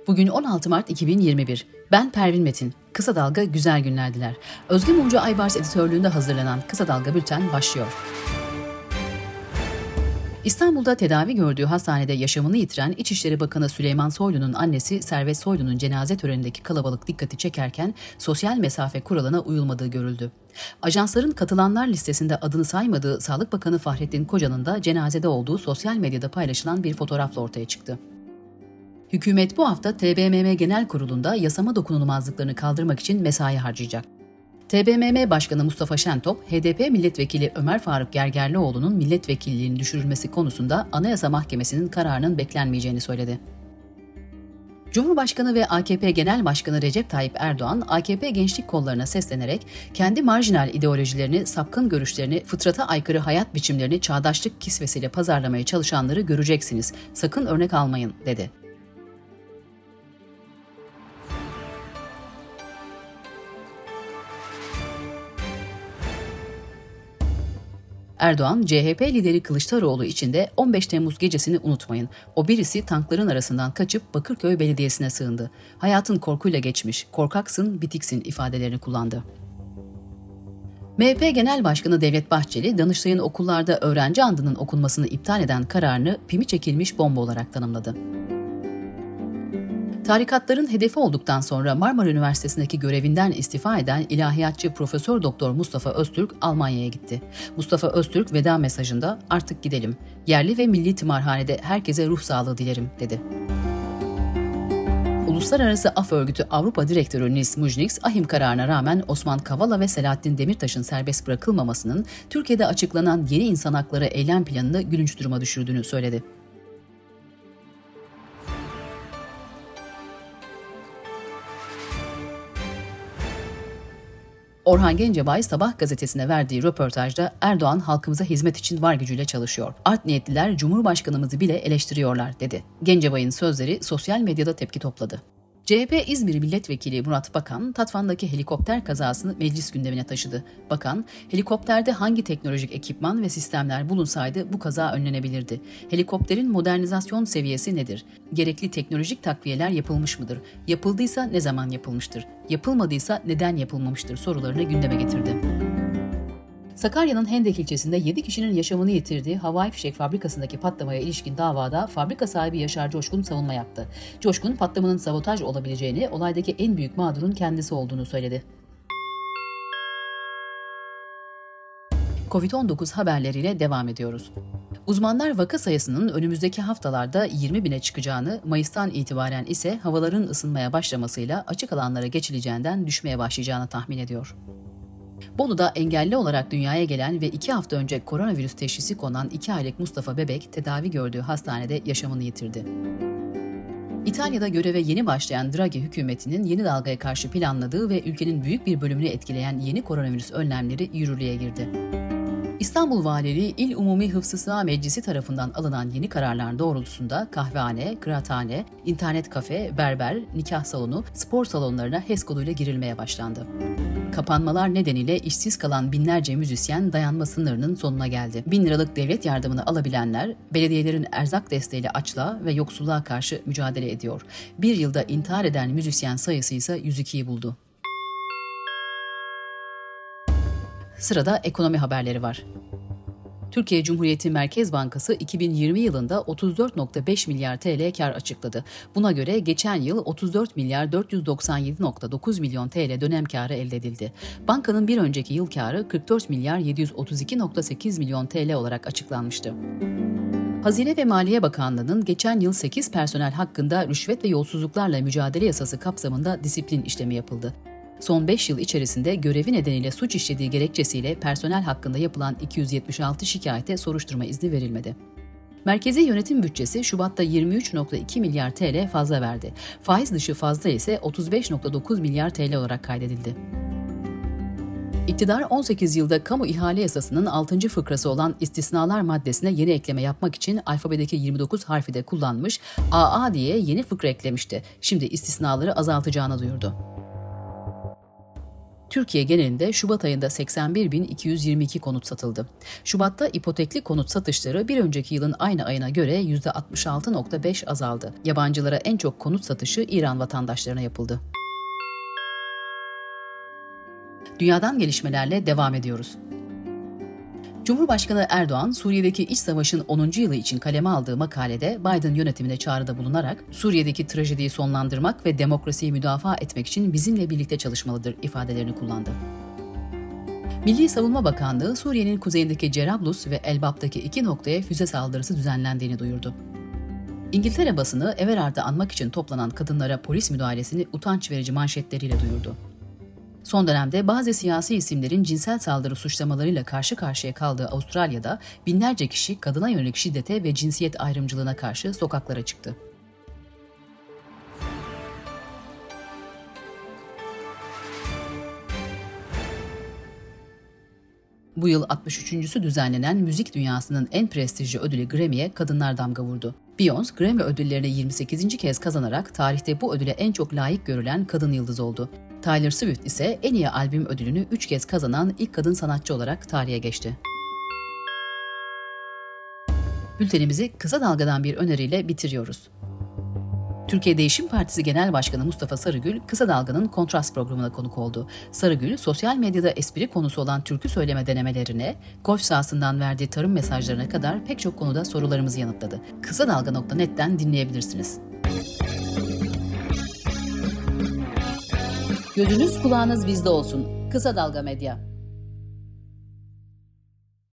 Bugün 16 Mart 2021. Ben Pervin Metin. Kısa Dalga güzel günler diler. Özge Mumcu Aybars editörlüğünde hazırlanan Kısa Dalga Bülten başlıyor. İstanbul'da tedavi gördüğü hastanede yaşamını yitiren İçişleri Bakanı Süleyman Soylu'nun annesi Servet Soylu'nun cenaze törenindeki kalabalık dikkati çekerken sosyal mesafe kuralına uyulmadığı görüldü. Ajansların katılanlar listesinde adını saymadığı Sağlık Bakanı Fahrettin Koca'nın da cenazede olduğu sosyal medyada paylaşılan bir fotoğrafla ortaya çıktı. Hükümet bu hafta TBMM Genel Kurulu'nda yasama dokunulmazlıklarını kaldırmak için mesai harcayacak. TBMM Başkanı Mustafa Şentop, HDP Milletvekili Ömer Faruk Gergerlioğlu'nun milletvekilliğinin düşürülmesi konusunda Anayasa Mahkemesi'nin kararının beklenmeyeceğini söyledi. Cumhurbaşkanı ve AKP Genel Başkanı Recep Tayyip Erdoğan, AKP gençlik kollarına seslenerek kendi marjinal ideolojilerini, sapkın görüşlerini, fıtrata aykırı hayat biçimlerini çağdaşlık kisvesiyle pazarlamaya çalışanları göreceksiniz, sakın örnek almayın, dedi. Erdoğan, CHP lideri Kılıçdaroğlu için de 15 Temmuz gecesini unutmayın. O birisi tankların arasından kaçıp Bakırköy Belediyesi'ne sığındı. Hayatın korkuyla geçmiş, korkaksın, bitiksin ifadelerini kullandı. MHP Genel Başkanı Devlet Bahçeli, Danıştay'ın okullarda öğrenci andının okunmasını iptal eden kararını pimi çekilmiş bomba olarak tanımladı. Tarikatların hedefi olduktan sonra Marmara Üniversitesi'ndeki görevinden istifa eden ilahiyatçı Profesör Doktor Mustafa Öztürk Almanya'ya gitti. Mustafa Öztürk veda mesajında "Artık gidelim. Yerli ve milli tımarhanede herkese ruh sağlığı dilerim," dedi. Uluslararası Af Örgütü Avrupa Direktörü Nils Muižnieks, ahim kararına rağmen Osman Kavala ve Selahattin Demirtaş'ın serbest bırakılmamasının Türkiye'de açıklanan yeni insan hakları eylem planını gülünç duruma düşürdüğünü söyledi. Orhan Gencebay Sabah gazetesine verdiği röportajda Erdoğan halkımıza hizmet için var gücüyle çalışıyor. Art niyetliler Cumhurbaşkanımızı bile eleştiriyorlar, dedi. Gencebay'ın sözleri sosyal medyada tepki topladı. CHP İzmir Milletvekili Murat Bakan, Tatvan'daki helikopter kazasını meclis gündemine taşıdı. Bakan, helikopterde hangi teknolojik ekipman ve sistemler bulunsaydı bu kaza önlenebilirdi? Helikopterin modernizasyon seviyesi nedir? Gerekli teknolojik takviyeler yapılmış mıdır? Yapıldıysa ne zaman yapılmıştır? Yapılmadıysa neden yapılmamıştır sorularını gündeme getirdi. Sakarya'nın Hendek ilçesinde 7 kişinin yaşamını yitirdiği havai fişek fabrikasındaki patlamaya ilişkin davada fabrika sahibi Yaşar Coşkun savunma yaptı. Coşkun, patlamanın sabotaj olabileceğini, olaydaki en büyük mağdurun kendisi olduğunu söyledi. Covid-19 haberleriyle devam ediyoruz. Uzmanlar vaka sayısının önümüzdeki haftalarda 20 bine çıkacağını, Mayıs'tan itibaren ise havaların ısınmaya başlamasıyla açık alanlara geçileceğinden düşmeye başlayacağını tahmin ediyor. Bolu'da engelli olarak dünyaya gelen ve 2 hafta önce koronavirüs teşhisi konan 2 aylık Mustafa Bebek tedavi gördüğü hastanede yaşamını yitirdi. İtalya'da göreve yeni başlayan Draghi hükümetinin yeni dalgaya karşı planladığı ve ülkenin büyük bir bölümünü etkileyen yeni koronavirüs önlemleri yürürlüğe girdi. İstanbul Valiliği İl Umumi Hıfzı Sıha Meclisi tarafından alınan yeni kararlar doğrultusunda kahvehane, kıraathane, internet kafe, berber, nikah salonu, spor salonlarına HES koduyla girilmeye başlandı. Kapanmalar nedeniyle işsiz kalan binlerce müzisyen dayanma sınırının sonuna geldi. 1000 liralık devlet yardımını alabilenler, belediyelerin erzak desteğiyle açlığa ve yoksulluğa karşı mücadele ediyor. Bir yılda intihar eden müzisyen sayısı ise 102'yi buldu. Sırada ekonomi haberleri var. Türkiye Cumhuriyeti Merkez Bankası 2020 yılında 34,5 milyar TL kar açıkladı. Buna göre geçen yıl 34 milyar 497,9 milyon TL dönem karı elde edildi. Bankanın bir önceki yıl karı 44 milyar 732,8 milyon TL olarak açıklanmıştı. Hazine ve Maliye Bakanlığı'nın geçen yıl 8 personel hakkında rüşvet ve yolsuzluklarla mücadele yasası kapsamında disiplin işlemi yapıldı. Son 5 yıl içerisinde görevi nedeniyle suç işlediği gerekçesiyle personel hakkında yapılan 276 şikayete soruşturma izni verilmedi. Merkezi yönetim bütçesi Şubat'ta 23,2 milyar TL fazla verdi. Faiz dışı fazla ise 35,9 milyar TL olarak kaydedildi. İktidar 18 yılda kamu ihale yasasının 6. fıkrası olan istisnalar maddesine yeni ekleme yapmak için alfabedeki 29 harfi de kullanmış, AA diye yeni fıkra eklemişti. Şimdi istisnaları azaltacağını duyurdu. Türkiye genelinde Şubat ayında 81.222 konut satıldı. Şubat'ta ipotekli konut satışları bir önceki yılın aynı ayına göre %66.5 azaldı. Yabancılara en çok konut satışı İran vatandaşlarına yapıldı. Dünyadan gelişmelerle devam ediyoruz. Cumhurbaşkanı Erdoğan, Suriye'deki iç savaşın 10. yılı için kaleme aldığı makalede Biden yönetimine çağrıda bulunarak Suriye'deki trajediyi sonlandırmak ve demokrasiyi müdafaa etmek için bizimle birlikte çalışmalıdır ifadelerini kullandı. Milli Savunma Bakanlığı, Suriye'nin kuzeyindeki Cerablus ve Elbap'taki 2 noktaya füze saldırısı düzenlendiğini duyurdu. İngiltere basını Everard'ı anmak için toplanan kadınlara polis müdahalesini utanç verici manşetleriyle duyurdu. Son dönemde bazı siyasi isimlerin cinsel saldırı suçlamalarıyla karşı karşıya kaldığı Avustralya'da binlerce kişi kadına yönelik şiddete ve cinsiyet ayrımcılığına karşı sokaklara çıktı. Bu yıl 63.sü düzenlenen müzik dünyasının en prestijli ödülü Grammy'ye kadınlar damga vurdu. Beyoncé, Grammy ödüllerini 28. kez kazanarak tarihte bu ödüle en çok layık görülen kadın yıldız oldu. Taylor Swift ise en iyi albüm ödülünü 3 kez kazanan ilk kadın sanatçı olarak tarihe geçti. Bültenimizi kısa dalgadan bir öneriyle bitiriyoruz. Türkiye Değişim Partisi Genel Başkanı Mustafa Sarıgül, Kısa Dalga'nın Kontrast programına konuk oldu. Sarıgül, sosyal medyada espri konusu olan türkü söyleme denemelerine, golf sahasından verdiği tarım mesajlarına kadar pek çok konuda sorularımızı yanıtladı. Kısadalga.net'ten dinleyebilirsiniz. Gözünüz kulağınız bizde olsun. Kısa Dalga Medya.